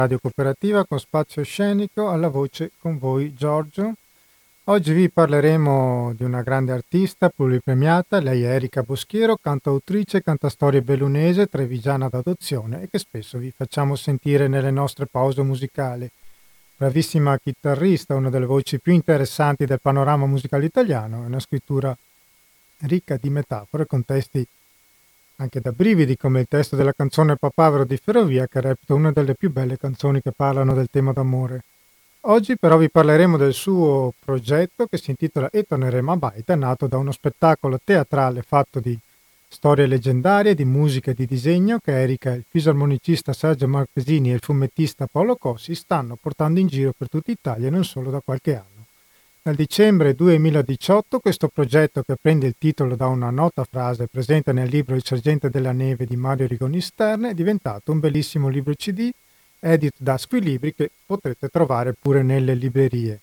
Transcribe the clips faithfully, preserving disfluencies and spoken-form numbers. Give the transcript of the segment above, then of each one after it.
Radio Cooperativa con spazio scenico, alla voce con voi Giorgio. Oggi vi parleremo di una grande artista pluripremiata, lei è Erika Boschiero, cantautrice, cantastorie bellunese, trevigiana d'adozione e che spesso vi facciamo sentire nelle nostre pause musicali. Bravissima chitarrista, una delle voci più interessanti del panorama musicale italiano, è una scrittura ricca di metafore con testi anche da brividi, come il testo della canzone Papavero di Ferrovia, che reputo una delle più belle canzoni che parlano del tema d'amore. Oggi però vi parleremo del suo progetto che si intitola E torneremo a Baita, nato da uno spettacolo teatrale fatto di storie leggendarie, di musica e di disegno che Erika, il fisarmonicista Sergio Marchesini e il fumettista Paolo Cossi stanno portando in giro per tutta Italia e non solo da qualche anno. Nel dicembre duemiladiciotto questo progetto, che prende il titolo da una nota frase presente nel libro Il Sergente della Neve di Mario Rigoni Stern, è diventato un bellissimo libro C D edito da Squilibri che potrete trovare pure nelle librerie.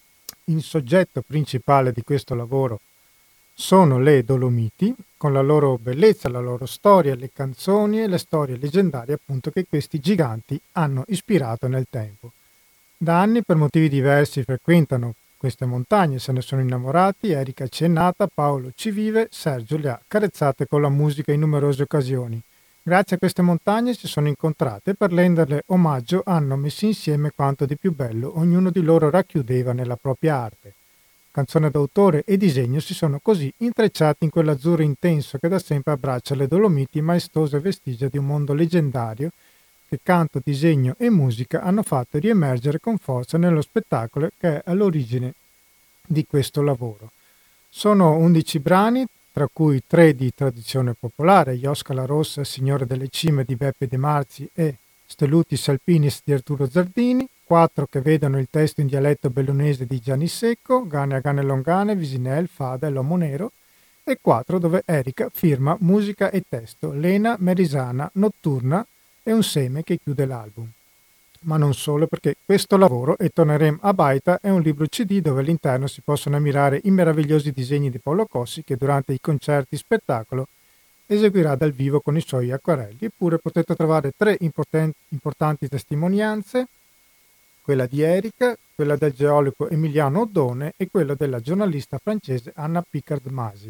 Il soggetto principale di questo lavoro sono le Dolomiti, con la loro bellezza, la loro storia, le canzoni e le storie leggendarie appunto che questi giganti hanno ispirato nel tempo. Da anni, per motivi diversi, frequentano queste montagne, se ne sono innamorati, Erika ci è nata, Paolo ci vive, Sergio le ha carezzate con la musica in numerose occasioni. Grazie a queste montagne si sono incontrate e per renderle omaggio hanno messo insieme quanto di più bello ognuno di loro racchiudeva nella propria arte. Canzone d'autore e disegno si sono così intrecciati in quell'azzurro intenso che da sempre abbraccia le Dolomiti, maestose vestigia di un mondo leggendario che canto, disegno e musica hanno fatto riemergere con forza nello spettacolo che è all'origine di questo lavoro. Sono undici brani, tra cui tre di tradizione popolare, Iosca la Rossa, Signore delle Cime di Beppe De Marzi e Stellutis Alpinis di Arturo Zardini, quattro che vedono il testo in dialetto bellunese di Gianni Secco, Gane a Gane Longane, Visinel, Fada e l'Uomo Nero, e quattro dove Erika firma musica e testo, Lena, Merisana, Notturna e un seme che chiude l'album. Ma non solo, perché questo lavoro, E torneremo a Baita, è un libro C D dove all'interno si possono ammirare i meravigliosi disegni di Paolo Cossi che durante i concerti spettacolo eseguirà dal vivo con i suoi acquarelli. Eppure potete trovare tre importanti, importanti testimonianze, quella di Erika, quella del geologo Emiliano Oddone e quella della giornalista francese Anna Picard-Masi.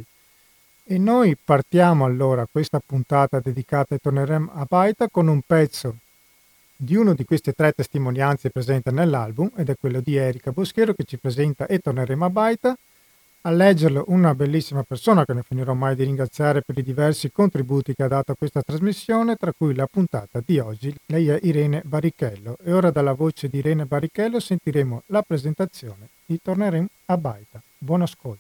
E noi partiamo allora questa puntata dedicata a Torneremo a Baita con un pezzo di uno di queste tre testimonianze presente nell'album, ed è quello di Erika Boschiero che ci presenta E torneremo a Baita. A leggerlo una bellissima persona che non finirò mai di ringraziare per i diversi contributi che ha dato a questa trasmissione, tra cui la puntata di oggi. Lei è Irene Barrichello e ora dalla voce di Irene Barrichello sentiremo la presentazione di Torneremo a Baita. Buon ascolto.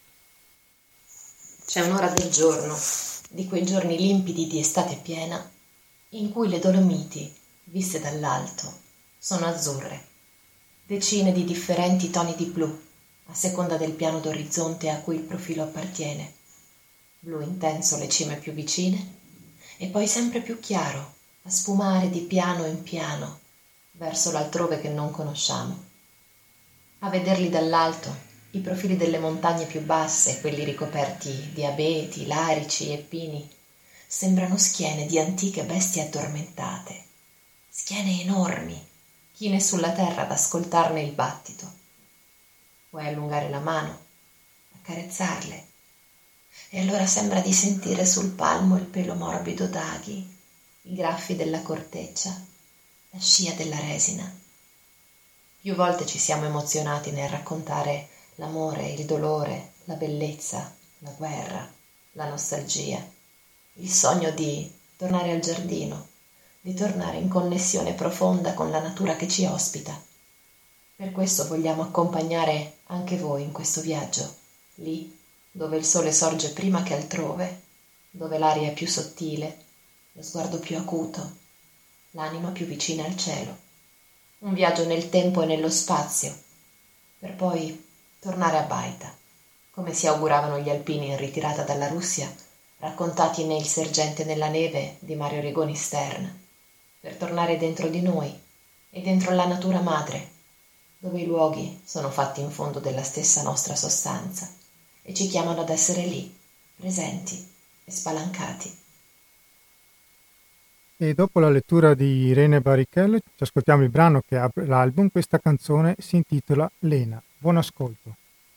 C'è un'ora del giorno, di quei giorni limpidi di estate piena, in cui le Dolomiti, viste dall'alto, sono azzurre, decine di differenti toni di blu, a seconda del piano d'orizzonte a cui il profilo appartiene. Blu intenso le cime più vicine, e poi sempre più chiaro, a sfumare di piano in piano, verso l'altrove che non conosciamo. A vederli dall'alto, i profili delle montagne più basse, quelli ricoperti di abeti, larici e pini, sembrano schiene di antiche bestie addormentate, schiene enormi, chine sulla terra ad ascoltarne il battito. Vuoi allungare la mano, accarezzarle, e allora sembra di sentire sul palmo il pelo morbido d'aghi, i graffi della corteccia, la scia della resina. Più volte ci siamo emozionati nel raccontare l'amore, il dolore, la bellezza, la guerra, la nostalgia, il sogno di tornare al giardino, di tornare in connessione profonda con la natura che ci ospita. Per questo vogliamo accompagnare anche voi in questo viaggio, lì dove il sole sorge prima che altrove, dove l'aria è più sottile, lo sguardo più acuto, l'anima più vicina al cielo. Un viaggio nel tempo e nello spazio, per poi tornare a Baita, come si auguravano gli alpini in ritirata dalla Russia, raccontati nel Sergente nella Neve di Mario Rigoni Stern, per tornare dentro di noi e dentro la natura madre, dove i luoghi sono fatti in fondo della stessa nostra sostanza e ci chiamano ad essere lì, presenti e spalancati. E dopo la lettura di Irene Barrichello ci ascoltiamo il brano che apre l'album. Questa canzone si intitola Lena. Buon ascolto.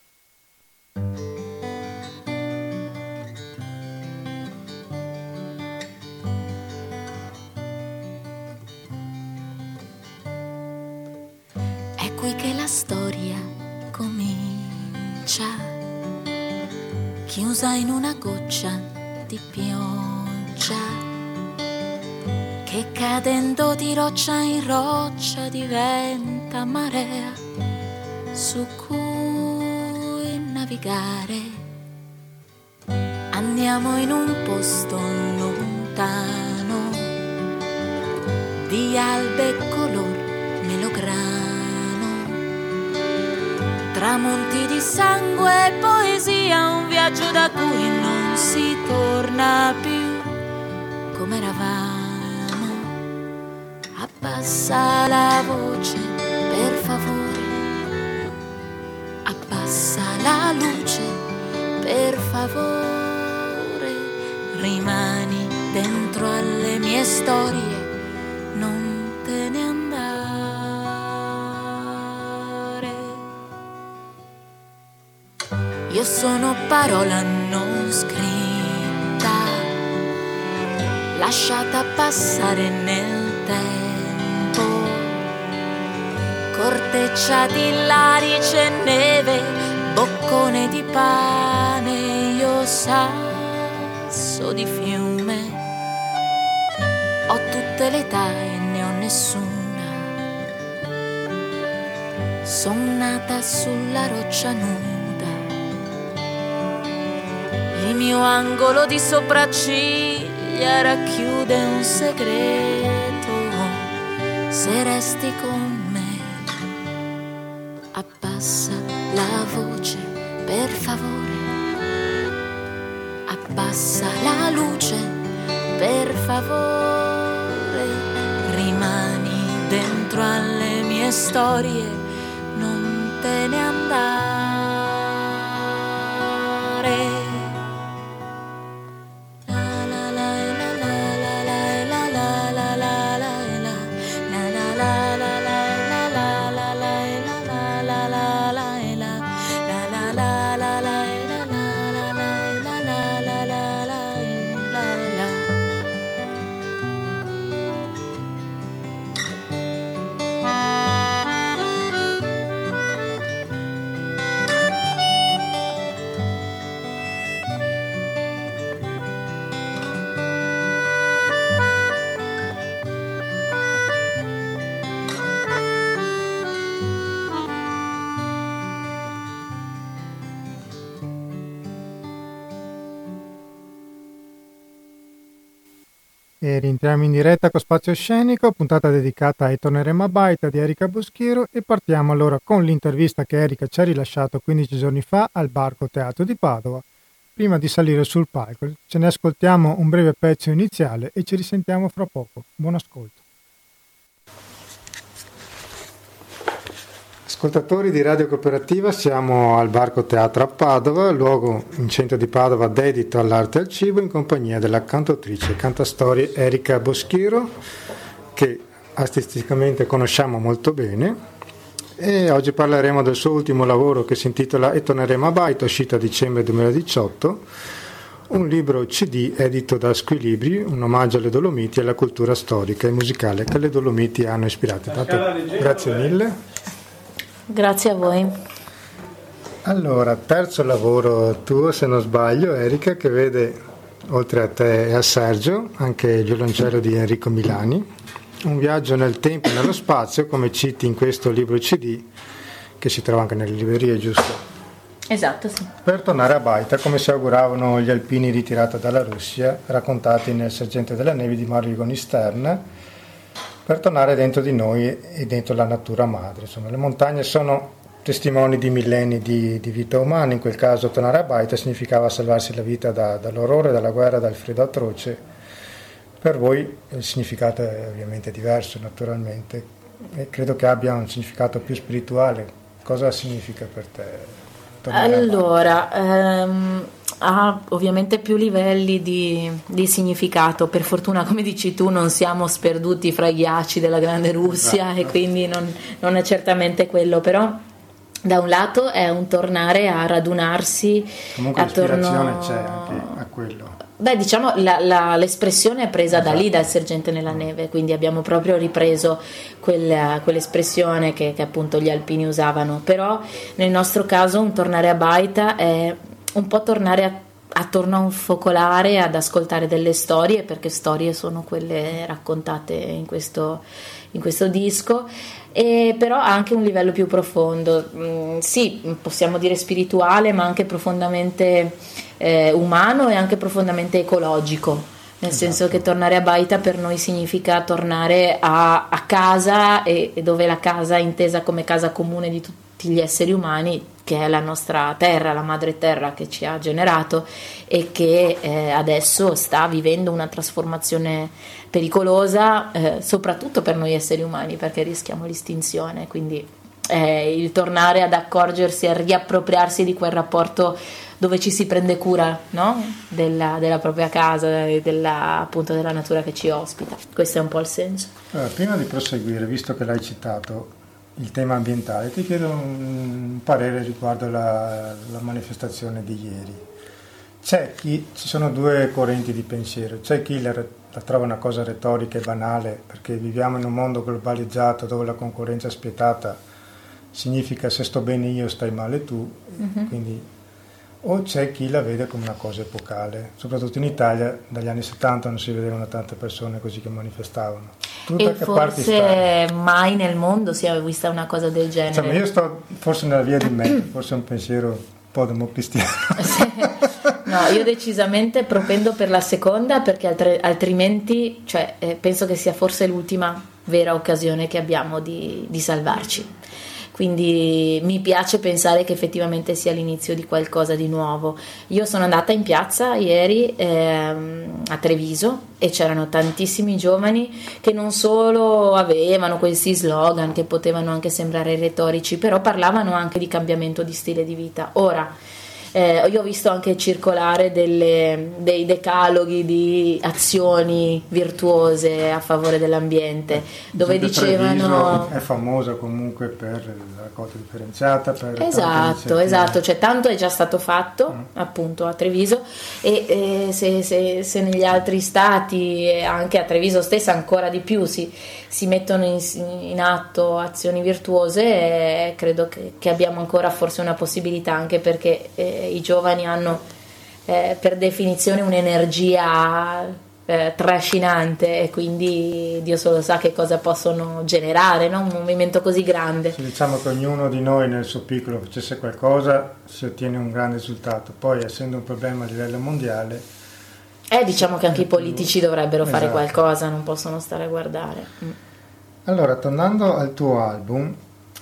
È qui che la storia comincia, chiusa in una goccia di pioggia che cadendo di roccia in roccia diventa marea su cui navigare. Andiamo in un posto lontano di albe e color melograno, tramonti di sangue e poesia, un viaggio da cui non si torna più come eravamo. Abbassa la voce, per favore, abbassa la luce, per favore, rimani dentro alle mie storie, non te ne andare. Io sono parola non scritta, lasciata passare nel tempo, corteccia di larice e neve, boccone di pane, io sasso di fiume. Ho tutte le età e ne ho nessuna, son nata sulla roccia nuda. Il mio angolo di sopracciglia racchiude un segreto, se resti con me. Abbassa la voce, per favore, abbassa la luce, per favore, rimani dentro alle mie storie, non te ne andare. E rientriamo in diretta con Spazio Scenico, puntata dedicata ai Torneremo a Baita di Erika Boschiero, e partiamo allora con l'intervista che Erika ci ha rilasciato quindici giorni fa al Barco Teatro di Padova. Prima di salire sul palco ce ne ascoltiamo un breve pezzo iniziale e ci risentiamo fra poco. Buon ascolto. Ascoltatori di Radio Cooperativa, siamo al Barco Teatro a Padova, luogo in centro di Padova dedito all'arte e al cibo, in compagnia della cantautrice e cantastorie Erika Boschiero, che artisticamente conosciamo molto bene, e oggi parleremo del suo ultimo lavoro che si intitola E torneremo a Baita, uscito a dicembre duemiladiciotto, un libro C D edito da Squilibri, un omaggio alle Dolomiti e alla cultura storica e musicale che le Dolomiti hanno ispirato. Tanto, grazie mille. Grazie a voi. Allora, terzo lavoro tuo, se non sbaglio, Erika, che vede, oltre a te e a Sergio, anche il violoncello di Enrico Milani, un viaggio nel tempo e nello spazio, come citi in questo libro C D, che si trova anche nelle librerie, giusto? Esatto, sì. Per tornare a Baita, come si auguravano gli alpini ritirati dalla Russia, raccontati nel Sergente della Neve di Mario Rigoni Stern, per tornare dentro di noi e dentro la natura madre. Insomma, le montagne sono testimoni di millenni di, di vita umana. In quel caso tornare a Baita significava salvarsi la vita da, dall'orrore, dalla guerra, dal freddo atroce. Per voi il significato è ovviamente diverso, naturalmente, e credo che abbia un significato più spirituale. Cosa significa per te Allora, ehm, ha ovviamente più livelli di, di significato. Per fortuna, come dici tu, non siamo sperduti fra i ghiacci della grande Russia, esatto. E quindi non, non è certamente quello, però da un lato è un tornare a radunarsi. Comunque attorno... l'ispirazione c'è anche a quello. Beh, diciamo la, la, l'espressione è presa esatto. da lì, dal Sergente nella neve, quindi abbiamo proprio ripreso quella, quell'espressione che, che appunto gli alpini usavano, però nel nostro caso un tornare a baita è un po' tornare a, attorno a un focolare ad ascoltare delle storie, perché storie sono quelle raccontate in questo, in questo disco. E però ha anche un livello più profondo, mm, sì, possiamo dire spirituale, ma anche profondamente eh, umano e anche profondamente ecologico, nel esatto. senso che tornare a baita per noi significa tornare a, a casa, e, e dove la casa è intesa come casa comune di tutti gli esseri umani, che è la nostra terra, la madre terra che ci ha generato e che eh, adesso sta vivendo una trasformazione pericolosa, eh, soprattutto per noi esseri umani, perché rischiamo l'estinzione. Quindi eh, il tornare ad accorgersi, a riappropriarsi di quel rapporto dove ci si prende cura, no? della, della propria casa e della, appunto della natura che ci ospita. Questo è un po' il senso. Allora, prima di proseguire, visto che l'hai citato il tema ambientale, ti chiedo un parere riguardo la, la manifestazione di ieri. C'è chi, ci sono due correnti di pensiero: c'è chi la, la trova una cosa retorica e banale, perché viviamo in un mondo globalizzato dove la concorrenza spietata significa se sto bene io stai male tu, mm-hmm. quindi, o c'è chi la vede come una cosa epocale. Soprattutto in Italia dagli anni settanta non si vedevano tante persone così che manifestavano. Tu e forse mai nel mondo si è vista una cosa del genere. Insomma, io sto forse nella via di mezzo, forse è un pensiero un po' democristiano. No, io decisamente propendo per la seconda, perché altre, altrimenti cioè, eh, penso che sia forse l'ultima vera occasione che abbiamo di, di salvarci. Quindi mi piace pensare che effettivamente sia l'inizio di qualcosa di nuovo. Io sono andata in piazza ieri ehm, a Treviso, e c'erano tantissimi giovani che non solo avevano questi slogan che potevano anche sembrare retorici, però parlavano anche di cambiamento di stile di vita. Ora, Eh, io ho visto anche circolare delle, dei decaloghi di azioni virtuose a favore dell'ambiente, dove dicevano Treviso è famosa comunque per la raccolta differenziata, per esatto, esatto, cioè tanto è già stato fatto mm. appunto a Treviso, e, e se, se, se negli altri stati e anche a Treviso stessa ancora di più si, si mettono in, in atto azioni virtuose, eh, credo che, che abbiamo ancora forse una possibilità, anche perché eh, i giovani hanno eh, per definizione un'energia eh, trascinante, e quindi Dio solo sa che cosa possono generare, no? Un movimento così grande. Se diciamo che ognuno di noi nel suo piccolo facesse qualcosa, si ottiene un grande risultato. Poi, essendo un problema a livello mondiale, eh, diciamo che anche i politici dovrebbero esatto. fare qualcosa, non possono stare a guardare. Mm. Allora, tornando al tuo album,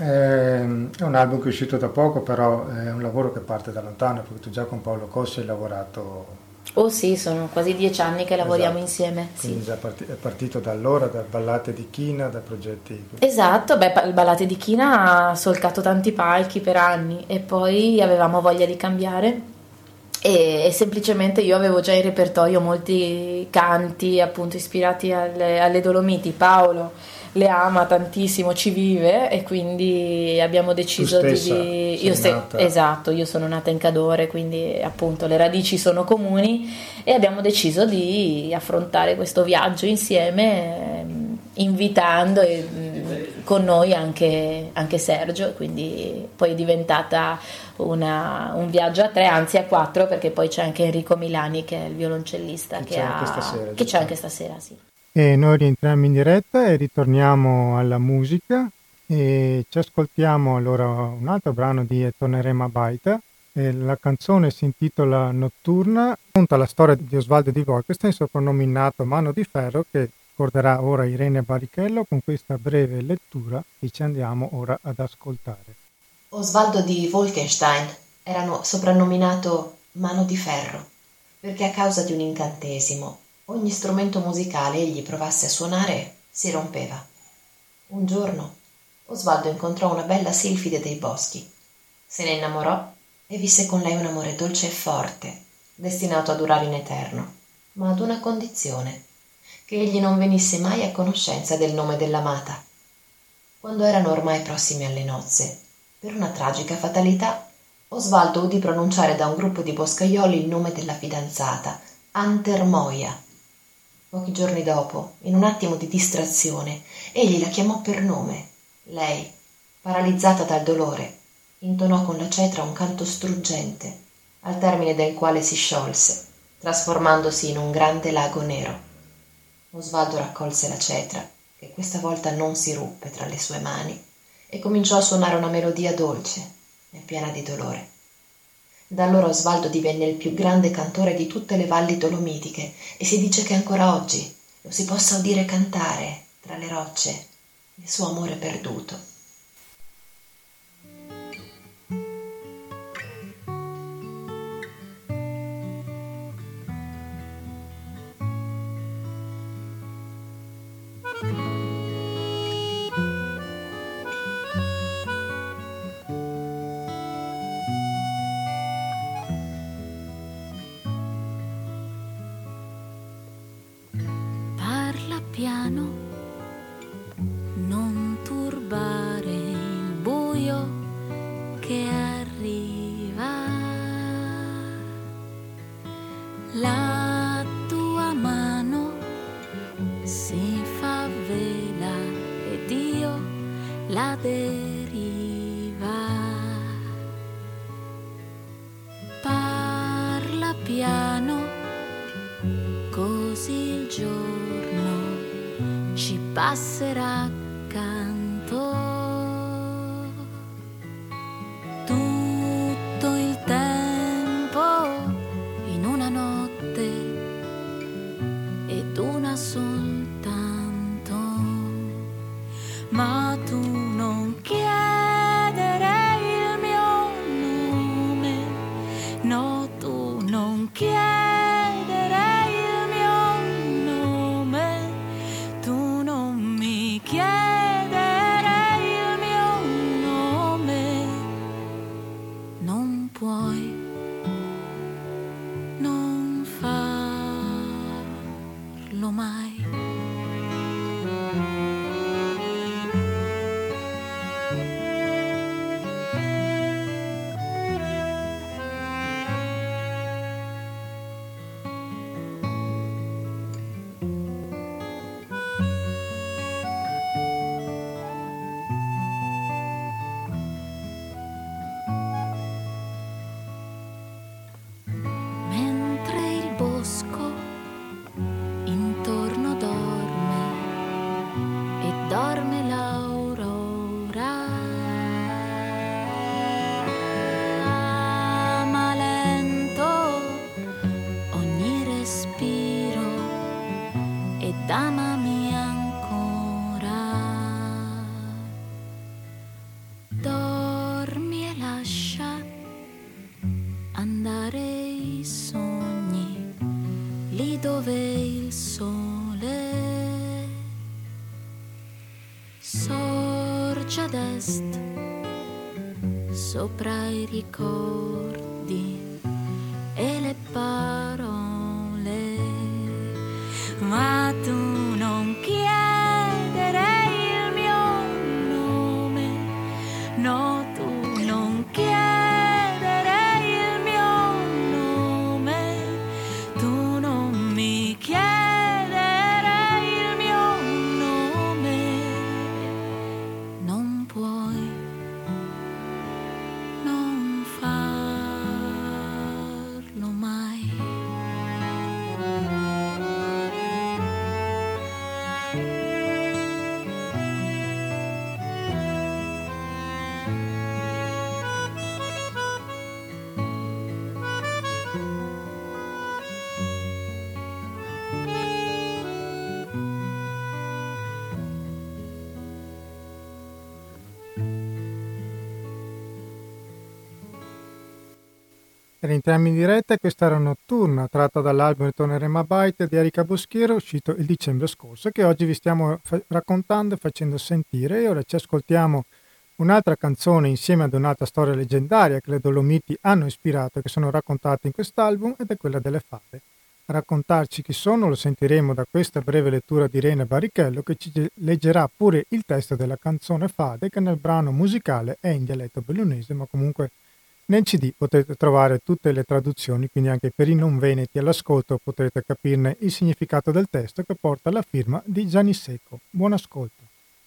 è un album che è uscito da poco, però è un lavoro che parte da lontano, perché tu già con Paolo Cossi hai lavorato. Oh sì, sono quasi dieci anni che lavoriamo esatto. insieme. Quindi sì. già parti- è partito da allora, da Ballate di China, da progetti. Esatto, beh, il Ballate di China ha solcato tanti palchi per anni, e poi avevamo voglia di cambiare, e, e semplicemente io avevo già in repertorio molti canti appunto ispirati alle, alle Dolomiti. Paolo le ama tantissimo, ci vive, e quindi abbiamo deciso di io ste- esatto, io sono nata in Cadore, quindi appunto le radici sono comuni, e abbiamo deciso di affrontare questo viaggio insieme, invitando eh, con noi anche, anche Sergio, e quindi poi è diventata una, un viaggio a tre, anzi a quattro, perché poi c'è anche Enrico Milani, che è il violoncellista, che, che, c'è, ha, anche stasera, che c'è anche stasera, sì. E noi rientriamo in diretta e ritorniamo alla musica, e ci ascoltiamo allora un altro brano di E torneremo a baita. E la canzone si intitola Notturna, racconta la storia di Osvaldo di Wolkenstein, soprannominato Mano di Ferro, che ricorderà ora Irene Barrichello con questa breve lettura che ci andiamo ora ad ascoltare. Osvaldo di Wolkenstein era soprannominato Mano di Ferro perché a causa di un incantesimo ogni strumento musicale egli provasse a suonare si rompeva. Un giorno Osvaldo incontrò una bella silfide dei boschi, se ne innamorò e visse con lei un amore dolce e forte, destinato a durare in eterno, ma ad una condizione, che egli non venisse mai a conoscenza del nome dell'amata. Quando erano ormai prossimi alle nozze, per una tragica fatalità, Osvaldo udì pronunciare da un gruppo di boscaioli il nome della fidanzata, Antermoia. Pochi giorni dopo, in un attimo di distrazione, egli la chiamò per nome. Lei, paralizzata dal dolore, intonò con la cetra un canto struggente, al termine del quale si sciolse, trasformandosi in un grande lago nero. Osvaldo raccolse la cetra, che questa volta non si ruppe tra le sue mani, e cominciò a suonare una melodia dolce e piena di dolore. Da allora Osvaldo divenne il più grande cantore di tutte le valli dolomitiche e si dice che ancora oggi lo si possa udire cantare tra le rocce il suo amore perduto. Piano, non turbare il buio che arriva. La tua mano si fa vela ed io la deriva. Parla piano, così il giorno ci passerà accanto. Tutto il tempo in una notte ed una soltanto. Ma tu non chiedere il mio nome, no, tu non chiedere. Amami ancora, dormi e lascia andare i sogni lì dove il sole sorge ad est sopra i ricordi e le parole. Ma tu non chiedere il mio nome, no, tu non chiedere il mio nome, tu non mi chiedere il mio nome, non puoi, non farlo mai. Rientriamo in diretta e questa era Notturna, tratta dall'album Ritorneremo a Baite di Erika Boschiero, uscito il dicembre scorso, che oggi vi stiamo fa- raccontando e facendo sentire. E ora ci ascoltiamo Un'altra canzone insieme ad un'altra storia leggendaria che le Dolomiti hanno ispirato e che sono raccontate in quest'album ed è quella delle fate. A raccontarci chi sono lo sentiremo da questa breve lettura di Irene Barrichello, che ci leggerà pure il testo della canzone Fade, che nel brano musicale è in dialetto bellunese, ma comunque nel C D potete trovare tutte le traduzioni, quindi anche per i non veneti all'ascolto potrete capirne il significato del testo, che porta la firma di Gianni Secco. Buon ascolto.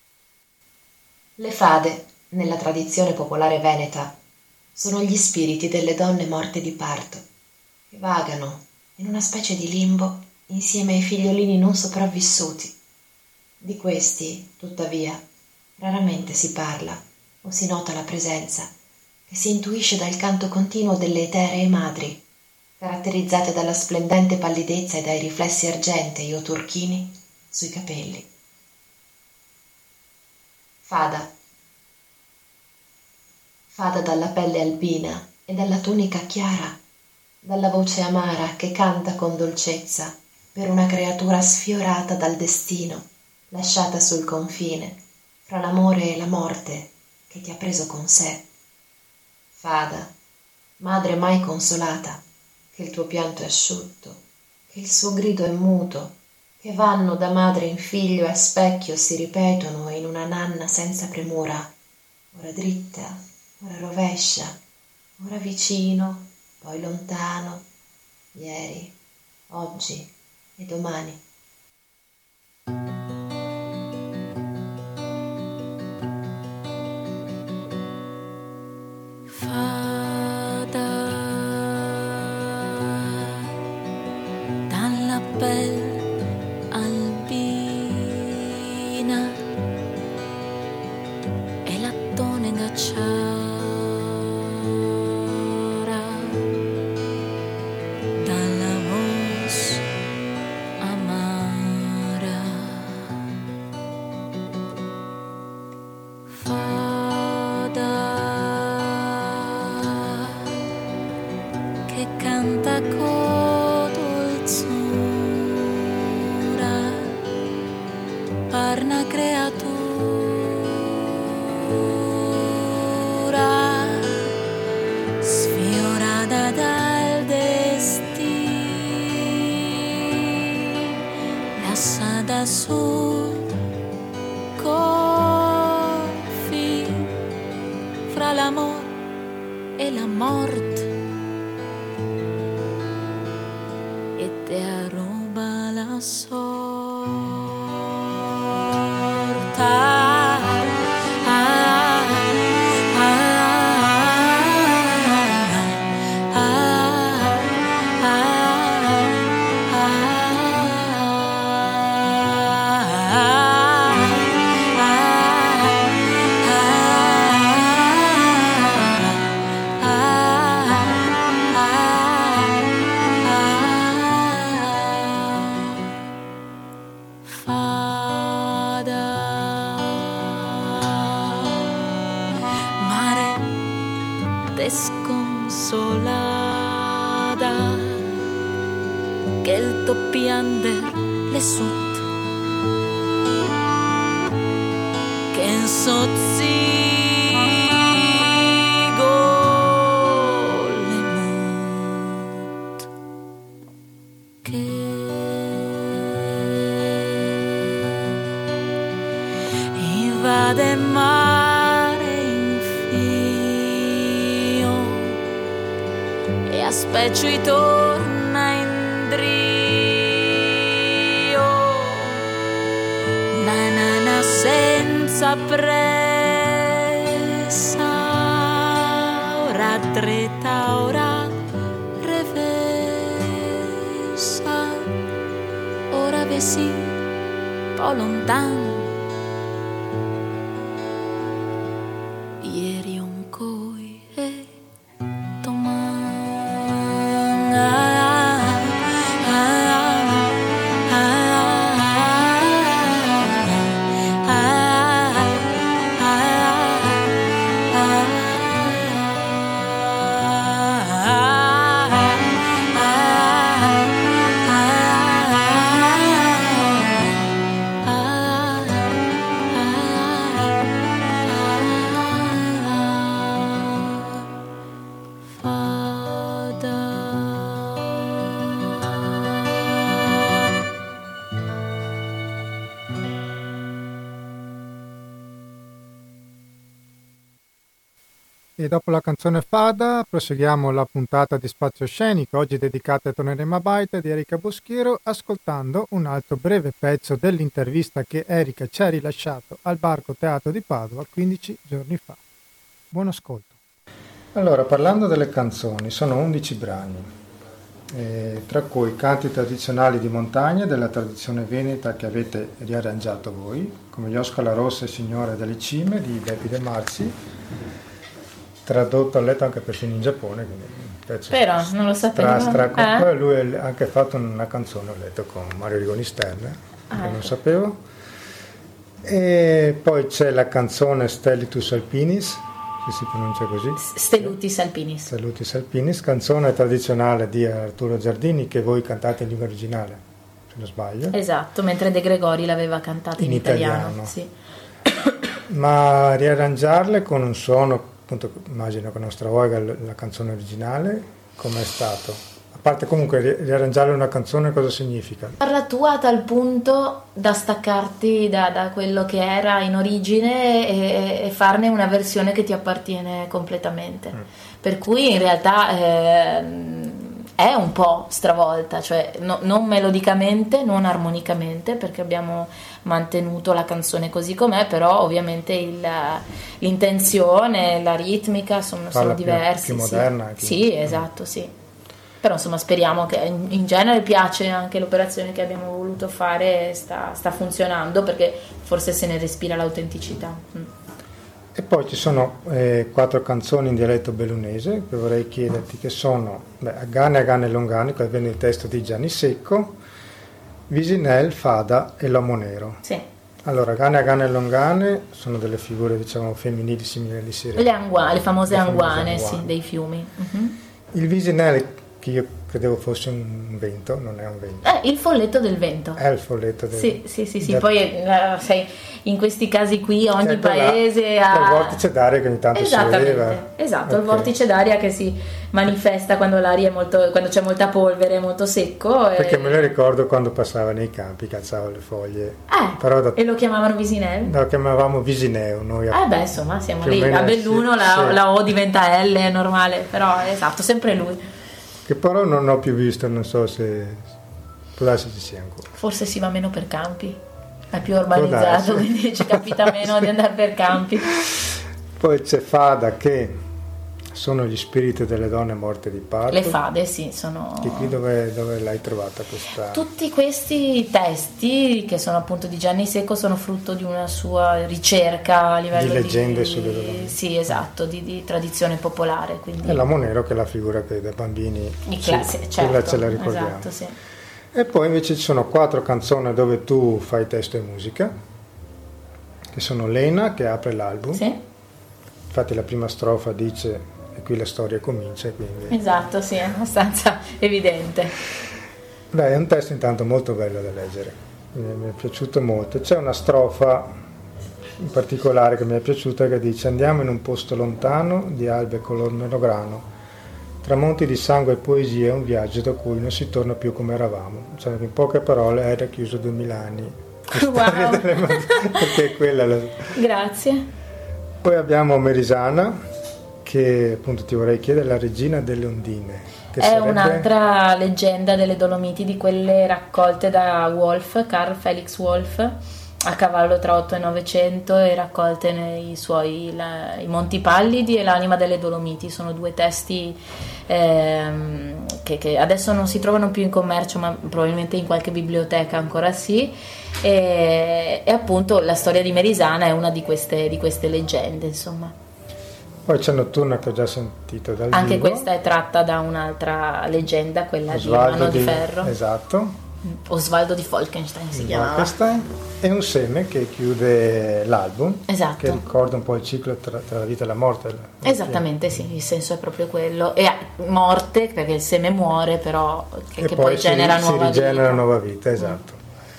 Le fade, nella tradizione popolare veneta, sono gli spiriti delle donne morte di parto, che vagano in una specie di limbo insieme ai figliolini non sopravvissuti. Di questi, tuttavia, raramente si parla o si nota la presenza, che si intuisce dal canto continuo delle eteree madri, caratterizzate dalla splendente pallidezza e dai riflessi argentei o turchini sui capelli. Fada. Fada dalla pelle albina e dalla tunica chiara, dalla voce amara che canta con dolcezza per una creatura sfiorata dal destino, lasciata sul confine, fra l'amore e la morte che ti ha preso con sé. Fada, madre mai consolata, che il tuo pianto è asciutto, che il suo grido è muto, che vanno da madre in figlio a specchio si ripetono in una nanna senza premura, ora dritta, ora rovescia, ora vicino, poi lontano, ieri, oggi e domani. Fada dalla pelle albina e la tonega ciara, dalla voce amara. Che canta con dolzura, parna creatura sfiorata dal destino, lasciata sul confine fra l'amore e la morte, e te arroba la sorta. Desconsolata che il tuo pianger le sud, che insozzigo le mut, che invade mare in fio e a specchio i torna in drio, nanana senza pressa, ora dritta, ora revesa, ora vesi un po' lontano. Ieri un coi e domani E dopo la canzone Fada proseguiamo la puntata di Spazio Scenico, oggi dedicata a Torneremo a Baita di Erika Boschiero, ascoltando un altro breve pezzo dell'intervista che Erika ci ha rilasciato al Barco Teatro di Padova quindici giorni fa. Buon ascolto. Allora, parlando delle canzoni, sono undici brani, eh, tra cui canti tradizionali di montagna della tradizione veneta che avete riarrangiato voi, come Iosca Rossa e Signore delle Cime di Beppi De Marzi, tradotto, ho letto anche persino in Giappone, quindi un pezzo però non lo sapevo. Stra, stra, eh? Poi lui ha anche fatto una canzone, ho letto, con Mario Rigoni Stella, ah, che ecco. non sapevo. E poi c'è la canzone Stellitus Alpinis, se si pronuncia così. Stellutis Alpinis. Stellutis Alpinis, canzone tradizionale di Arturo Giardini che voi cantate in lingua originale, se non sbaglio. Esatto, mentre De Gregori l'aveva cantata in, in italiano. italiano. Sì. Ma riarrangiarle con un suono, appunto, immagino che nostra Olga la canzone originale, com'è stato? A parte comunque riarrangiare una canzone cosa significa? Farla tua a tal punto da staccarti da, da quello che era in origine e, e farne una versione che ti appartiene completamente. Mm. Per cui in realtà eh, è un po' stravolta, cioè no, non melodicamente, non armonicamente, perché abbiamo mantenuto la canzone così com'è, però ovviamente il, l'intenzione, la ritmica sono, sono diversi. Più moderna. Sì, sì, esatto, sì. Però insomma speriamo che in, in genere piace anche l'operazione che abbiamo voluto fare, sta, sta funzionando perché forse se ne respira l'autenticità. Mm. E poi ci sono eh, quattro canzoni in dialetto bellunese che vorrei chiederti, che sono beh, Agane Agane Longane, che viene il testo di Gianni Secco, Visinel, Fada e L'Uomo Nero. Sì. Allora, Agane Agane Longane sono delle figure, diciamo, femminili simili alle sirene. Le anguane, le famose, le famose anguane, anguane. Sì, dei fiumi. Uh-huh. Il Visinel, che io credevo fosse un vento, non è un vento. Eh, il folletto del vento. È il folletto del Sì, sì, sì, sì. Da... Poi eh, sai, in questi casi qui ogni certo, paese là, ha... il vortice d'aria che ogni tanto si eleva. Esatto, okay. Il vortice d'aria che si manifesta quando l'aria è molto, quando c'è molta polvere, è molto secco. Perché e... me lo ricordo quando passava nei campi, calzava le foglie. Eh, Però da... e lo chiamavano Visinel? Lo chiamavamo Visineo noi. Eh beh, insomma, siamo Più lì. A Belluno sì, la, sì. la O diventa L, è normale, però esatto, sempre lui. Che però non ho più visto, non so se può darsi ci sia ancora. Forse si va meno per campi, è più urbanizzato, quindi ci capita meno di andare per campi. Poi c'è Fada, che sono gli spiriti delle donne morte di parto. Le fade, sì, sono... Di qui dove, dove l'hai trovata questa? Tutti questi testi, che sono appunto di Gianni Secco, sono frutto di una sua ricerca a livello di leggende di, sulle donne. Sì, esatto, di, di tradizione popolare. Quindi... E l'Uomo Nero, che è la figura che da bambini classi, sì, certo, quella ce la ricordiamo. Esatto, sì. E poi invece ci sono quattro canzoni dove tu fai testo e musica, che sono Lena, che apre l'album. Sì. Infatti la prima strofa dice e qui la storia comincia, quindi... Esatto, sì, è abbastanza evidente. Beh, è un testo intanto molto bello da leggere, mi, mi è piaciuto molto. C'è una strofa in particolare che mi è piaciuta che dice: andiamo in un posto lontano di albe color melograno, tramonti di sangue e poesia, è un viaggio da cui non si torna più come eravamo. Cioè, in poche parole, era chiuso duemila anni. Wow. Delle... perché è quella la... Grazie. Poi abbiamo Merisana, che appunto ti vorrei chiedere, la regina delle ondine. Che è sarebbe... un'altra leggenda delle Dolomiti, di quelle raccolte da Wolf, Carl Felix Wolf, a cavallo tra otto e novecento, e raccolte nei suoi la, i Monti Pallidi e l'Anima delle Dolomiti. Sono due testi ehm, che, che adesso non si trovano più in commercio, ma probabilmente in qualche biblioteca ancora sì. E, e appunto la storia di Merisana è una di queste, di queste leggende, insomma. Poi c'è Notturna, che ho già sentito dal Anche vivo. questa è tratta da un'altra leggenda, quella Osvaldo di Mano di, di Ferro. Esatto. Osvaldo di Falkenstein si chiamava. Falkenstein. E un seme che chiude l'album. Esatto. Che ricorda un po' il ciclo tra, tra la vita e la morte. Esattamente, sì, il senso è proprio quello. E morte, perché il seme muore, però che, e che poi, poi genera si, nuova si rigenera vita. nuova vita, esatto. Mm.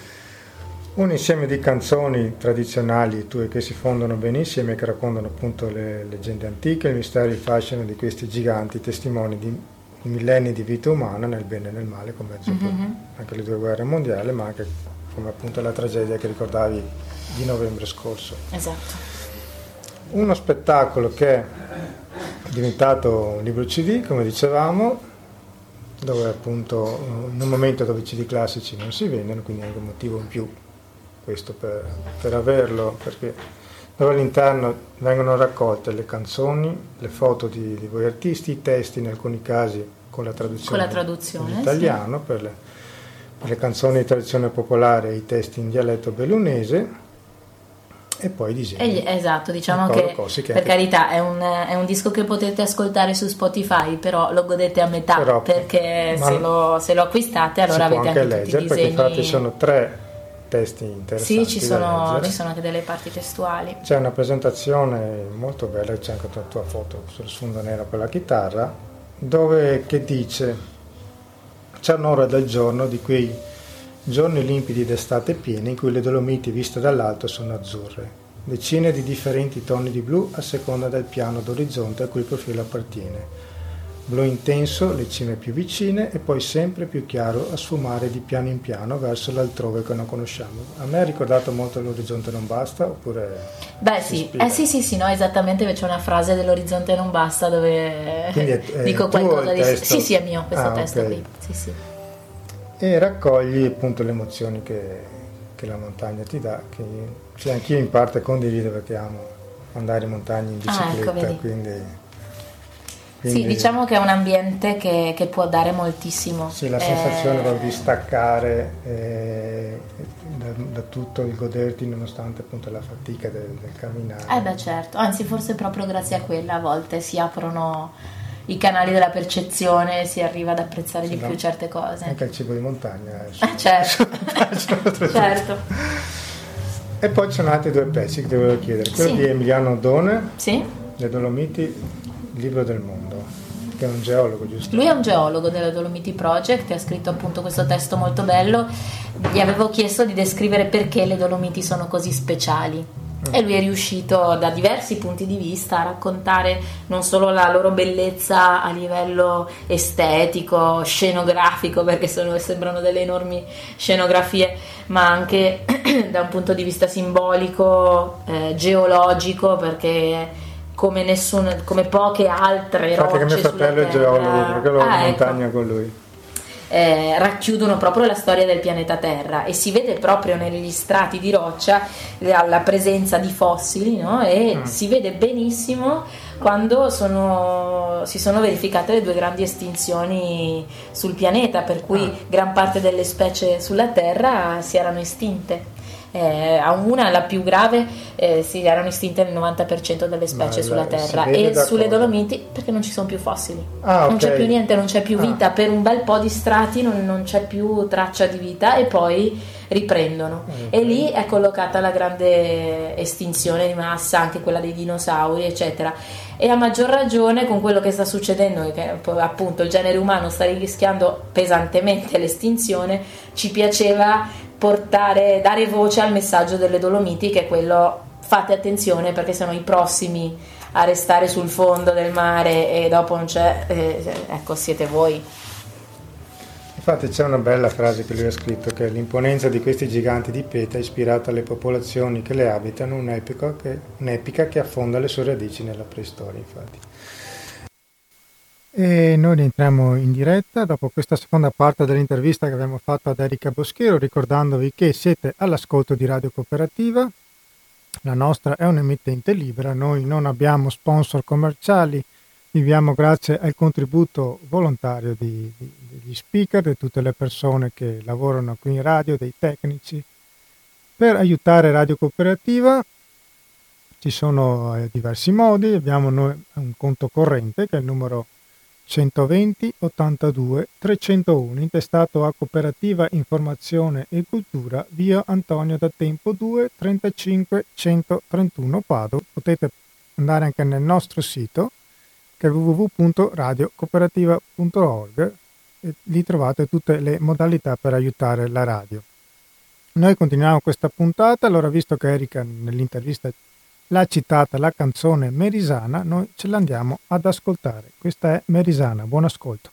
Un insieme di canzoni tradizionali tue che si fondono bene insieme, che raccontano appunto le leggende antiche, il mistero e il fascino di questi giganti, testimoni di millenni di vita umana nel bene e nel male, come ad esempio mm-hmm. anche le due guerre mondiali, ma anche come appunto la tragedia che ricordavi di novembre scorso. Esatto. Uno spettacolo che diventato un libro C D, come dicevamo, dove appunto in un momento dove i C D classici non si vendono, quindi è un motivo in più questo per, per averlo, perché dove all'interno vengono raccolte le canzoni, le foto di, di voi artisti, i testi in alcuni casi con la traduzione, con la traduzione in italiano, sì. per, le, per le canzoni di tradizione popolare e i testi in dialetto bellunese, e poi i disegni. E, esatto, diciamo che, che per anche... carità è un, è un disco che potete ascoltare su Spotify, però lo godete a metà, però, perché se lo, se lo acquistate allora avete anche, anche leggere, tutti i disegni. Perché infatti sono tre testi interessanti. Sì, ci sono, ci sono anche delle parti testuali. C'è una presentazione molto bella, c'è anche la tua foto sul sfondo nero con la chitarra, dove che dice: c'è un'ora del giorno di quei giorni limpidi d'estate pieni in cui le Dolomiti viste dall'alto sono azzurre, decine di differenti toni di blu a seconda del piano d'orizzonte a cui il profilo appartiene. Blu intenso, le cime più vicine e poi sempre più chiaro a sfumare di piano in piano verso l'altrove che non conosciamo. A me ha ricordato molto L'orizzonte non basta, oppure... Beh sì, eh, sì sì sì, no, esattamente, c'è una frase dell'Orizzonte non basta dove è, dico qualcosa di... Sì sì, è mio questo ah, testo okay. qui, sì sì. E raccogli appunto le emozioni che, che la montagna ti dà, che cioè, anch'io in parte condivido perché amo andare in montagna in bicicletta, ah, ecco, quindi... Quindi, sì, diciamo che è un ambiente che, che può dare moltissimo. Sì, la sensazione eh... di staccare eh, da, da tutto, il goderti nonostante appunto la fatica del, del camminare. Eh beh certo, anzi forse proprio grazie a quella a volte si aprono i canali della percezione, si arriva ad apprezzare sì, di no? più certe cose. Anche il cibo di montagna. Eh, eh certo, certo. E poi ci sono altri due pezzi che ti volevo chiedere, quello sì. di Emiliano Done, sì. Le Dolomiti, Libro del mondo, che è un geologo, giusto? Lui è un geologo delle Dolomiti Project e ha scritto appunto questo testo molto bello. Gli avevo chiesto di descrivere perché le Dolomiti sono così speciali mm. e lui è riuscito da diversi punti di vista a raccontare non solo la loro bellezza a livello estetico, scenografico, perché sono, sembrano delle enormi scenografie, ma anche da un punto di vista simbolico, eh, geologico, perché come nessun, come poche altre rocce. Infatti che mio fratello è geologo, perché l'ho ah, in montagna ecco. con lui. Eh, racchiudono proprio la storia del pianeta Terra e si vede proprio negli strati di roccia la, la presenza di fossili, no? E mm. si vede benissimo quando sono, si sono verificate le due grandi estinzioni sul pianeta, per cui mm. gran parte delle specie sulla Terra si erano estinte. Eh, a una, la più grave, eh, si erano estinte il novanta per cento delle specie Ma sulla Terra e sulle cosa? Dolomiti perché non ci sono più fossili, ah, non okay. c'è più niente, non c'è più vita, ah. per un bel po' di strati non, non c'è più traccia di vita e poi riprendono okay. e lì è collocata la grande estinzione di massa, anche quella dei dinosauri eccetera, e a maggior ragione con quello che sta succedendo, che appunto il genere umano sta rischiando pesantemente l'estinzione, ci piaceva portare, dare voce al messaggio delle Dolomiti, che è quello: fate attenzione perché sono i prossimi a restare sul fondo del mare e dopo non c'è, eh, ecco, siete voi. Infatti c'è una bella frase che lui ha scritto, che l'imponenza di questi giganti di pietra ha ispirato alle popolazioni che le abitano un'epica che, un'epica che affonda le sue radici nella preistoria, infatti. E noi rientriamo in diretta dopo questa seconda parte dell'intervista che abbiamo fatto ad Erika Boschiero, ricordandovi che siete all'ascolto di Radio Cooperativa. La nostra è un'emittente libera, noi non abbiamo sponsor commerciali, viviamo grazie al contributo volontario di, di, degli speaker, di tutte le persone che lavorano qui in radio, dei tecnici. Per aiutare Radio Cooperativa ci sono eh, diversi modi, abbiamo noi un conto corrente che è il numero centoventi ottantadue trecentouno, intestato a Cooperativa Informazione e Cultura, via Antonio da Tempo due, trentacinque centotrentuno Padova. Potete andare anche nel nostro sito che è w w w punto radio cooperativa punto org e lì trovate tutte le modalità per aiutare la radio. Noi continuiamo questa puntata, allora visto che Erika nell'intervista l'ha citata la canzone Merisana, noi ce l'andiamo ad ascoltare. Questa è Merisana, buon ascolto.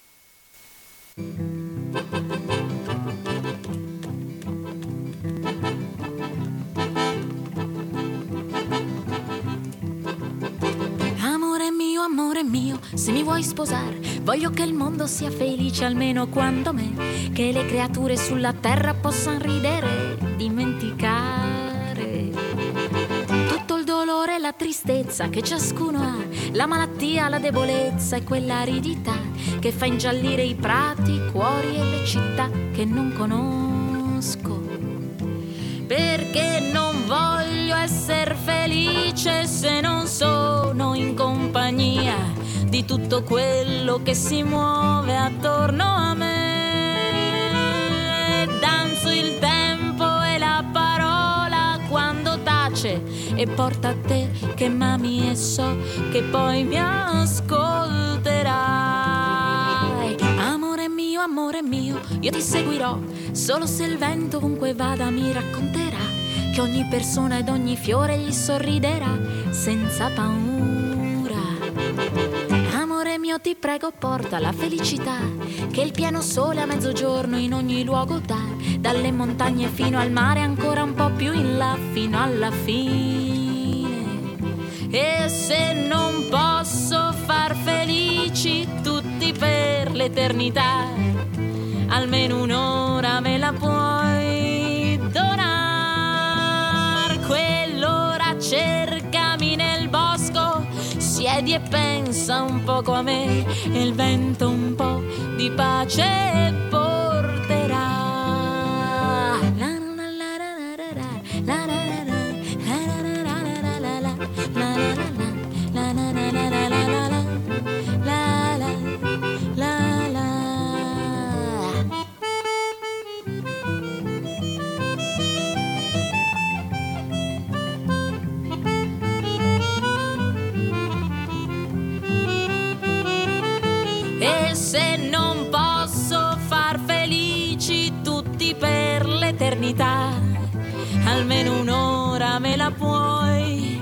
Amore mio, amore mio, se mi vuoi sposare, voglio che il mondo sia felice almeno quanto me, che le creature sulla terra possano ridere, dimenticare tutto il dolore e la tristezza che ciascuno ha, la malattia, la debolezza e quell'aridità che fa ingiallire i prati, i cuori e le città che non conosco. Perché non voglio essere felice se non sono in compagnia di tutto quello che si muove attorno a me. Danzo il tempo e la parola quando tace e porta a te che m'ami e so che poi mi ascolterai. Amore mio, amore mio, io ti seguirò solo se il vento ovunque vada mi racconterà che ogni persona ed ogni fiore gli sorriderà senza paura. Amore mio, ti prego, porta la felicità che il pieno sole a mezzogiorno in ogni luogo dà, dalle montagne fino al mare, ancora un po' più in là fino alla fine. E se non posso far felici tutti per l'eternità, almeno un'ora me la puoi donar. Quell'ora cercami nel bosco, siedi e pensa un poco a me, e il vento un po' di pace porterà. E se non posso far felici tutti per l'eternità, almeno un'ora me la puoi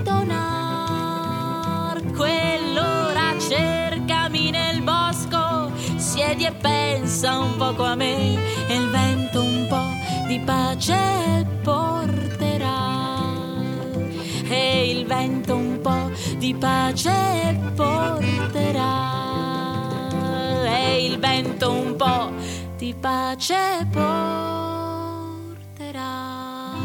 donar. Quell'ora cercami nel bosco, siedi e pensa un poco a me, e il vento un po' di pace porterà. E il vento un po' di pace porterà. E il vento un po' di pace porterà.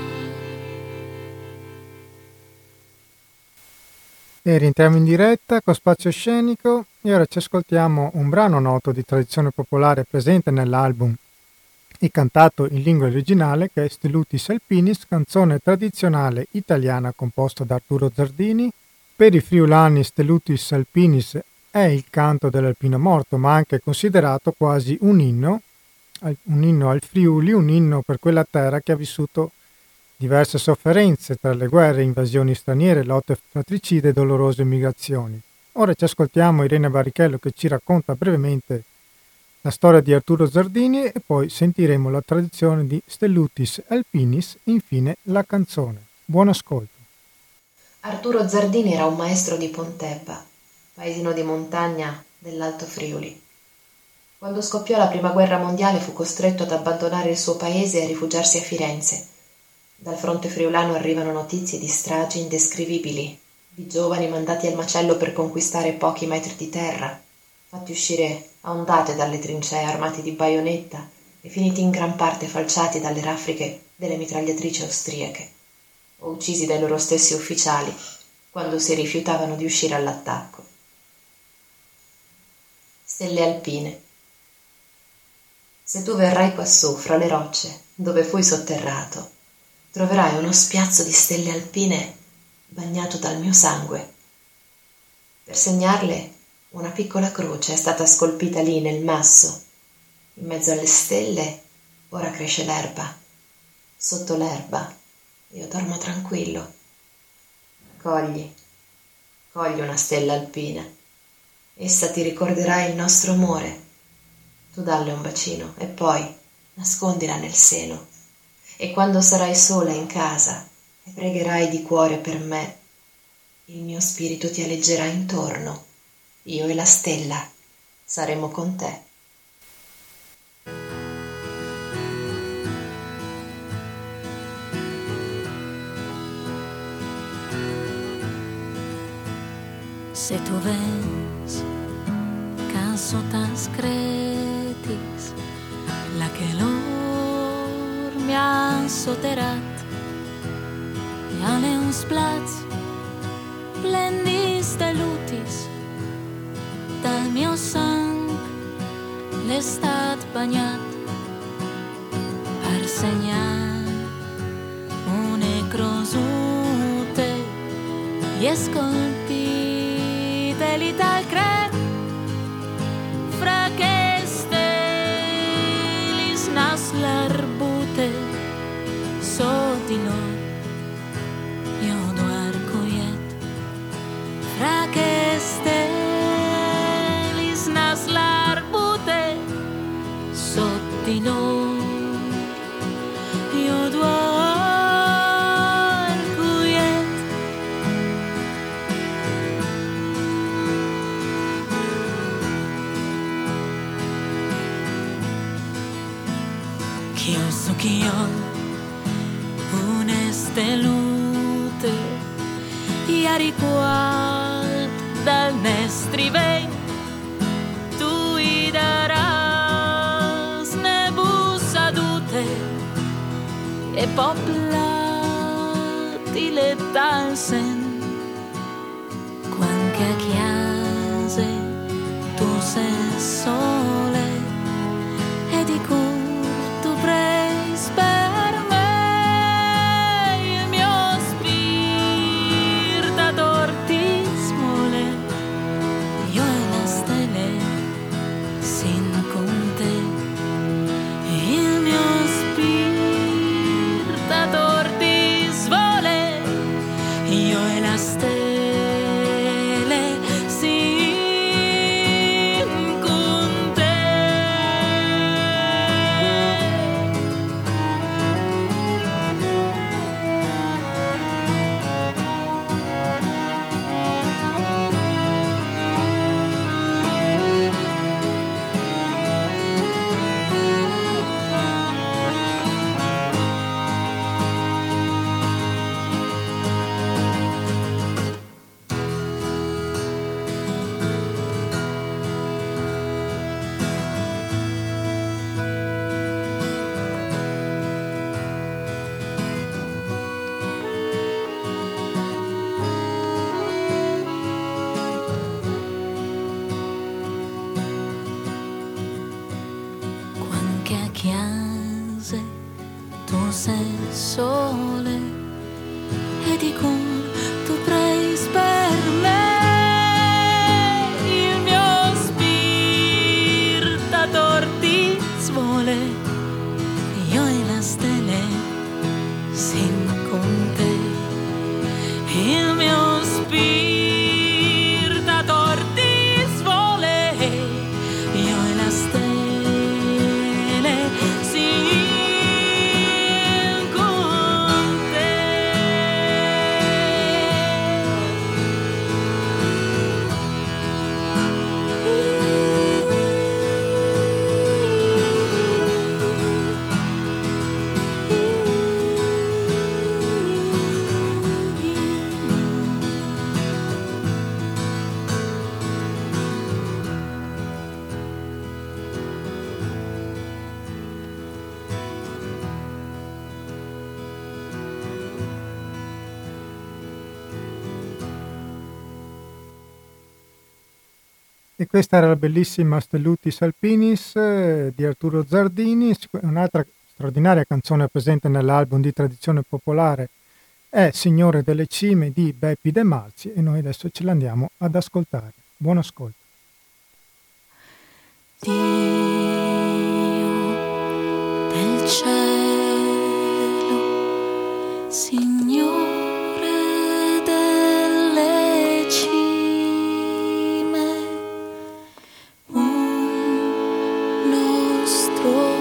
E rientriamo in diretta con Spazio Scenico e ora ci ascoltiamo un brano noto di tradizione popolare presente nell'album e cantato in lingua originale, che è Stellutis Alpinis, canzone tradizionale italiana composta da Arturo Zardini. Per i friulani Stellutis Alpinis è il canto dell'alpino morto, ma anche considerato quasi un inno, un inno al Friuli, un inno per quella terra che ha vissuto diverse sofferenze tra le guerre, invasioni straniere, lotte fratricide e dolorose migrazioni. Ora ci ascoltiamo Irene Barrichello che ci racconta brevemente la storia di Arturo Zardini e poi sentiremo la tradizione di Stellutis Alpinis e infine la canzone. Buon ascolto. Arturo Zardini era un maestro di Pontebba, paesino di montagna dell'Alto Friuli. Quando scoppiò la prima guerra mondiale fu costretto ad abbandonare il suo paese e a rifugiarsi a Firenze. Dal fronte friulano arrivano notizie di stragi indescrivibili, di giovani mandati al macello per conquistare pochi metri di terra, fatti uscire a ondate dalle trincee armati di baionetta e finiti in gran parte falciati dalle raffiche delle mitragliatrici austriache, o uccisi dai loro stessi ufficiali quando si rifiutavano di uscire all'attacco. Stelle alpine. Se tu verrai quassù fra le rocce dove fui sotterrato, troverai uno spiazzo di stelle alpine bagnato dal mio sangue. Per segnarle una piccola croce è stata scolpita lì nel masso. In mezzo alle stelle ora cresce l'erba. Sotto l'erba io dormo tranquillo. Cogli, cogli una stella alpina. Essa ti ricorderà il nostro amore. Tu dalle un bacino e poi nascondila nel seno. E quando sarai sola in casa e pregherai di cuore per me, il mio spirito ti alleggerà intorno. Io e la stella saremo con te. Se tu vens, canso tas cretis, la que lor mi han soterat, e ale uns plats splendis de lutis, dal mio sang l'estat bagnat, per segnar une crosute i scolpite l'ital cret, fra che stelis nas l'arbute, so di noi io doar coiet, fra che stelis nas l'arbute, so di noi io doar coiet. Ch'io so ch'io un'estelute ieri qual dal nestri ven tu i daras ne bussadute e poplati le dansen quanche a chiase tu sei sole e di cui tu preis per me il mio spirtator ti smole, io e la stelle sin con te, il mio spirtator ti svole, io e la stelle sin con te. Quanche a chiase tu sei sole e di cor tu preis per me il mio spirtator ti svole, io e la stelle sin con te, il mio spirtator ti svole, io e la stelle sin con te. E questa era la bellissima Stellutis Alpinis eh, di Arturo Zardini, un'altra straordinaria canzone presente nell'album di tradizione popolare è Signore delle Cime di Beppi De Marzi e noi adesso ce l'andiamo ad ascoltare. Buon ascolto. Dio del cielo, Signore delle cime, un nostro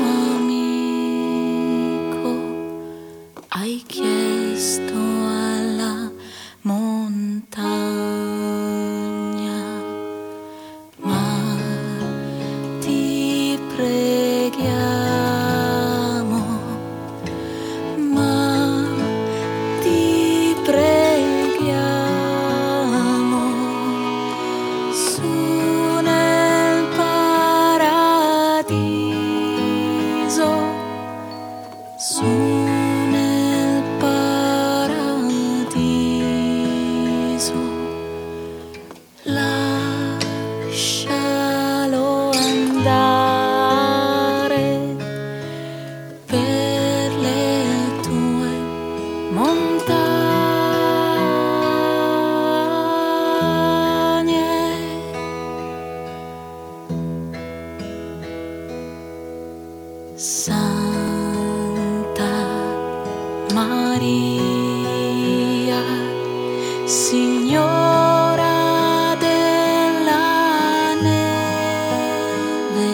amico, hai chiesto alla montagna, ma ti preghiamo, ma ti su nel paradiso, su nel paradiso, lascialo andare per le tue montagne. Santa Maria, Signora della neve,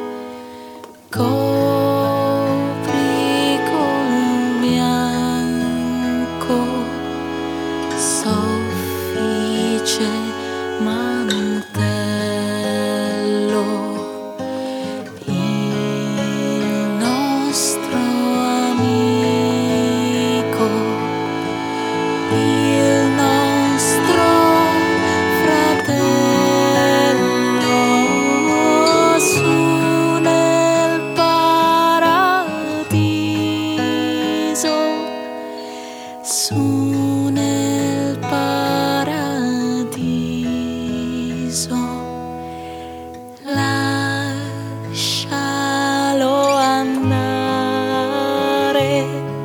copri col bianco soffice mantello il nostro amico, il nostro fratello, su nel paradiso, su nel paradiso, lascialo andare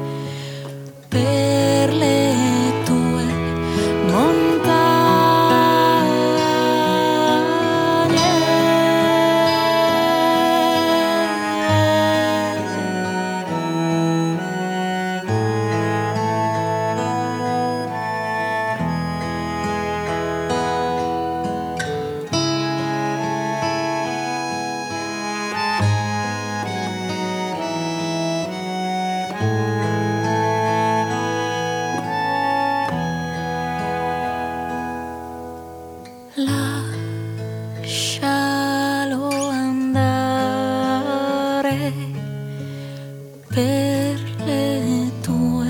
per le tue lascialo andare per le tue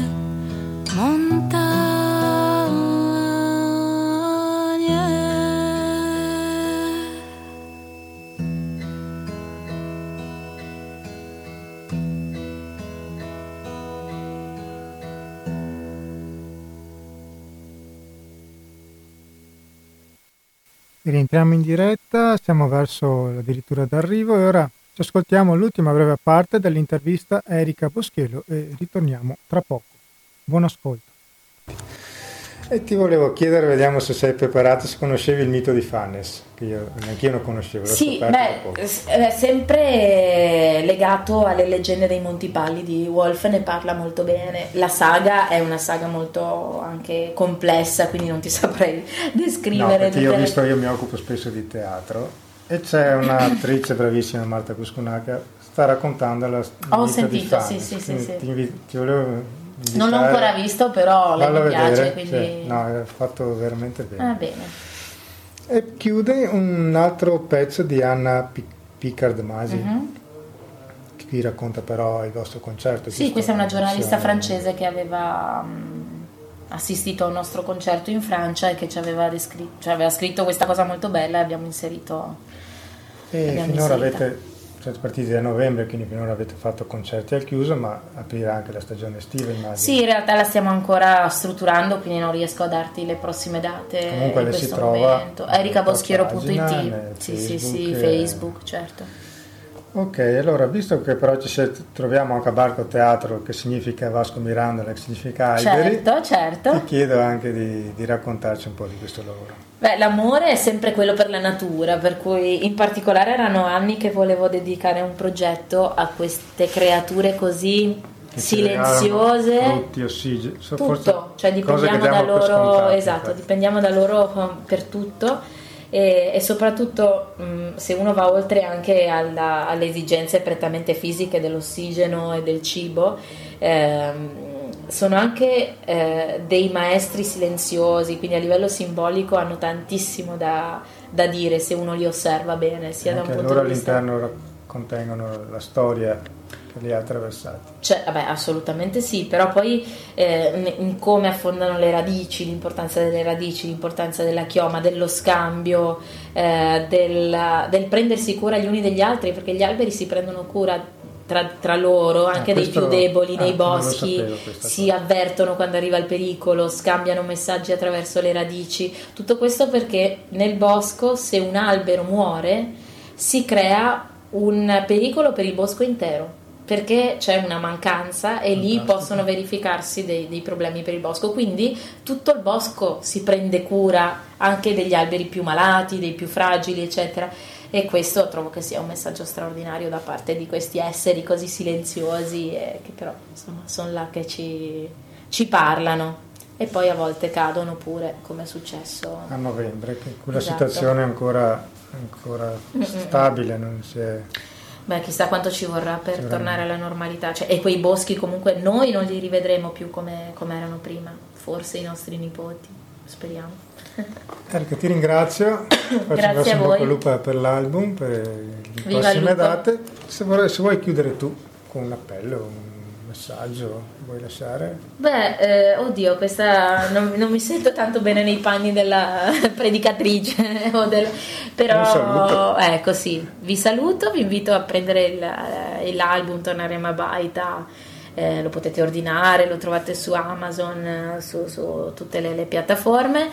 montagne. Rientriamo in diretta, siamo verso addirittura d'arrivo e ora ci ascoltiamo l'ultima breve parte dell'intervista a Erika Boschielo e ritorniamo tra poco. Buon ascolto. E ti volevo chiedere, vediamo se sei preparato, se conoscevi il mito di Fannes, che io neanche io non conoscevo. Sì, beh, è sempre legato alle leggende dei Monti Palli di Wolf, ne parla molto bene. La saga è una saga molto anche complessa, quindi non ti saprei descrivere. No, perché io ho visto, io mi occupo spesso di teatro e c'è un'attrice bravissima, Marta Cuscunaca, sta raccontando la Ho mito sentito, di Fannes. sì, sì, sì, sì. Ti, invi- ti volevo invitare, non l'ho ancora visto, però lei mi piace, vedere, quindi... sì, no, è fatto veramente bene. Ah, bene. E chiude un altro pezzo di Anna Pic- Picard Masi, Mm-hmm. che vi racconta però il vostro concerto. Sì, giusto? questa è una giornalista Siamo- francese che aveva mh, assistito a un nostro concerto in Francia e che ci aveva, descritto, cioè aveva scritto questa cosa molto bella e abbiamo inserito. E abbiamo finora inserita. avete, siete partiti da novembre, quindi finora avete fatto concerti al chiuso, ma aprirà anche la stagione estiva, immagino. Sì, in realtà la stiamo ancora strutturando, quindi non riesco a darti le prossime date. Comunque in le si questo trova momento. nella erika boschiero punto pagina, it. nel Sì, sì, sì, Facebook, Facebook, certo. Ok, allora visto che però ci siete- troviamo anche a Barco Teatro, che significa Vasco Mirandola, che significa alberi, Certo, certo. ti chiedo anche di, di raccontarci un po' di questo lavoro. Beh, l'amore è sempre quello per la natura, per cui in particolare erano anni che volevo dedicare un progetto a queste creature così Che ci silenziose. regalano frutti, ossigeno, so- forse Tutto, cioè cose dipendiamo che da diamo per loro, scontate, esatto, infatti. dipendiamo da loro um, per tutto e, e soprattutto mh, se uno va oltre anche alla- alle esigenze prettamente fisiche dell'ossigeno e del cibo, ehm, sono anche eh, dei maestri silenziosi, quindi a livello simbolico hanno tantissimo da, da dire se uno li osserva bene, sia da un Anche punto loro di vista... all'interno ra- contengono la storia che li ha attraversati. Cioè, vabbè, assolutamente sì, però poi eh, in come affondano le radici, l'importanza delle radici, l'importanza della chioma, dello scambio, eh, del, del prendersi cura gli uni degli altri, perché gli alberi si prendono cura tra, tra loro, anche ah, dei più deboli, ah, nei boschi, si cosa. avvertono quando arriva il pericolo, scambiano messaggi attraverso le radici. Tutto questo perché nel bosco, se un albero muore, si crea un pericolo per il bosco intero, perché c'è una mancanza e lì Fantastico. possono verificarsi dei, dei problemi per il bosco, quindi tutto il bosco si prende cura anche degli alberi più malati, dei più fragili, eccetera, e questo trovo che sia un messaggio straordinario da parte di questi esseri così silenziosi e che però insomma sono là che ci, ci parlano, e poi a volte cadono pure, come è successo a novembre, che quella esatto. situazione è ancora, ancora stabile, non si è... Beh, chissà quanto ci vorrà per Veramente. tornare alla normalità, cioè, e quei boschi comunque noi non li rivedremo più come, come erano prima, forse i nostri nipoti, speriamo. Erika, ti ringrazio, faccio Grazie a un voi. bocca al lupo per l'album, per le Viva il prossime lupo. date. Se, vorrei, se vuoi chiudere tu con un appello, un messaggio, vuoi lasciare? Beh, eh, oddio, questa non, non mi sento tanto bene nei panni della predicatrice, o del, però ecco sì, vi saluto, vi invito a prendere il, l'album Torneremo a Baita, eh, lo potete ordinare, lo trovate su Amazon, su, su tutte le, le piattaforme,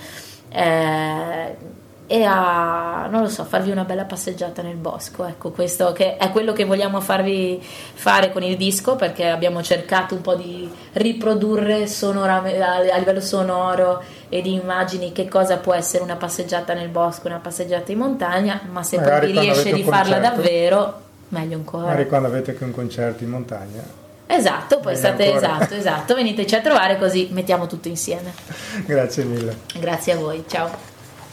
eh, e a, non lo so, farvi una bella passeggiata nel bosco, ecco, questo che è quello che vogliamo farvi fare con il disco, perché abbiamo cercato un po' di riprodurre sonora, a livello sonoro e di immagini che cosa può essere una passeggiata nel bosco, una passeggiata in montagna, ma se Magari poi vi riesce di farla concerto, davvero, meglio ancora. Magari quando avete anche un concerto in montagna. Esatto, poi state, ancora. esatto, esatto, veniteci a trovare così mettiamo tutto insieme. Grazie mille. Grazie a voi, ciao.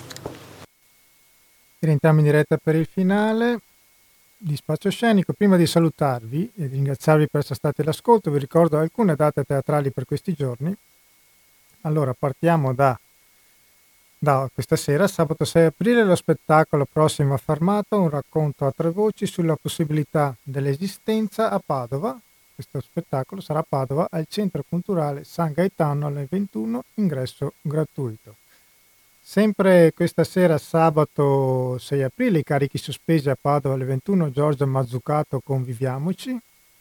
Rientriamo in diretta per il finale di Spazio Scenico. Prima di salutarvi e di ringraziarvi per essere stati all'ascolto, vi ricordo alcune date teatrali per questi giorni. Allora, partiamo da, da questa sera, sabato sei aprile, lo spettacolo Prossimo Fermato, un racconto a tre voci sulla possibilità dell'esistenza a Padova. Questo spettacolo sarà a Padova al Centro Culturale San Gaetano alle ventuno, ingresso gratuito. Sempre questa sera, sabato sei aprile, i carichi sospesi a Padova alle ventuno, Giorgio Mazzucato, Conviviamoci.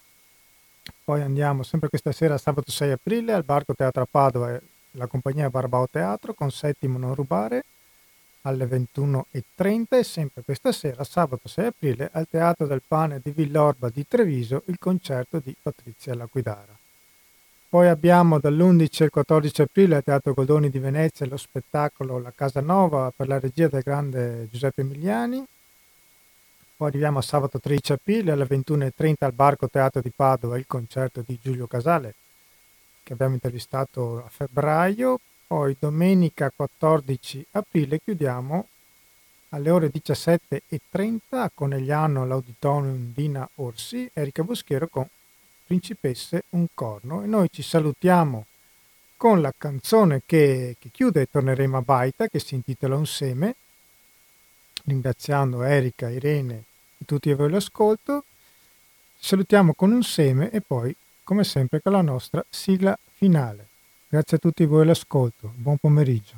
Poi andiamo sempre questa sera, sabato sei aprile, al Barco Teatro a Padova, la compagnia Barbao Teatro con Settimo Non Rubare alle ventuno e trenta, e sempre questa sera, sabato sei aprile, al Teatro del Pane di Villorba di Treviso, il concerto di Patrizia Laquidara. Poi abbiamo dall'undici al quattordici aprile al Teatro Goldoni di Venezia lo spettacolo La Casa Nova per la regia del grande Giuseppe Emiliani. Poi arriviamo a sabato tredici aprile alle ventuno e trenta al Barco Teatro di Padova il concerto di Giulio Casale, che abbiamo intervistato a febbraio. Poi domenica quattordici aprile chiudiamo alle ore diciassette e trenta a Conegliano all'Auditorium Dina Orsi, Erika Boschiero con Principesse un corno, e noi ci salutiamo con la canzone che, che chiude Torneremo a Baita, che si intitola Un seme, ringraziando Erika, Irene e tutti voi l'ascolto. Ci salutiamo con Un seme e poi come sempre con la nostra sigla finale. Grazie a tutti voi l'ascolto, buon pomeriggio.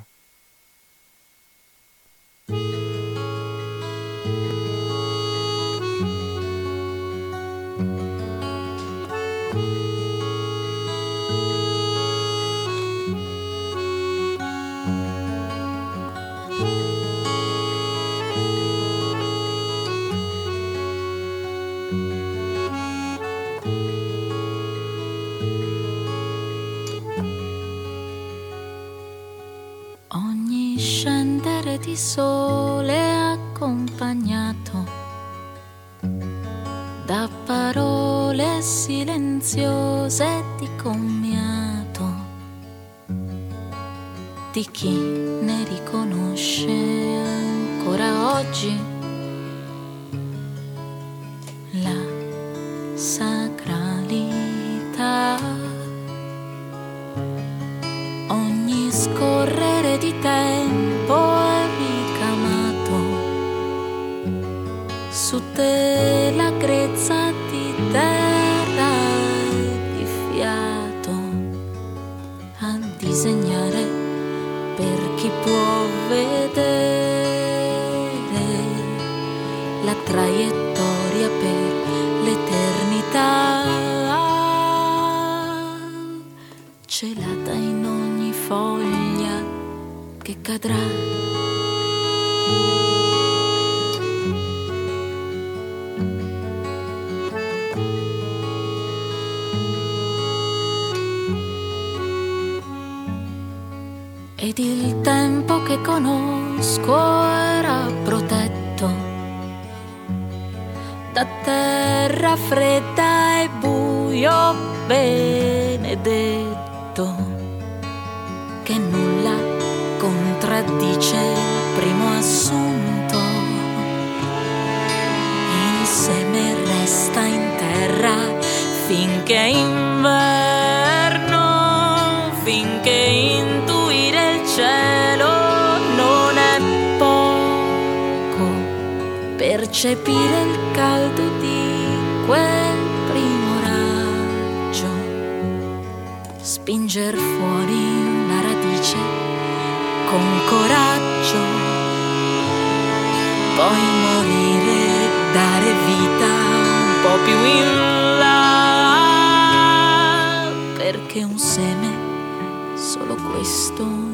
Ogni scendere di sole accompagnato da parole silenziose di commiato di chi ne riconosce ancora oggi la sacralità. Ogni scorrere di tempo è ricamato su te la grezza di terra la traiettoria per l'eternità, celata in ogni foglia che cadrà. Ed il tempo che conosco era protetto da terra fredda e buio benedetto, che nulla contraddice il primo assunto. Il seme resta in terra finché è inverno, finché intuire il cielo non è poco, percepire il caldo di quel primo raggio, spinger fuori una radice con coraggio, poi morire, dare vita un po' più in là, perché un seme, solo questo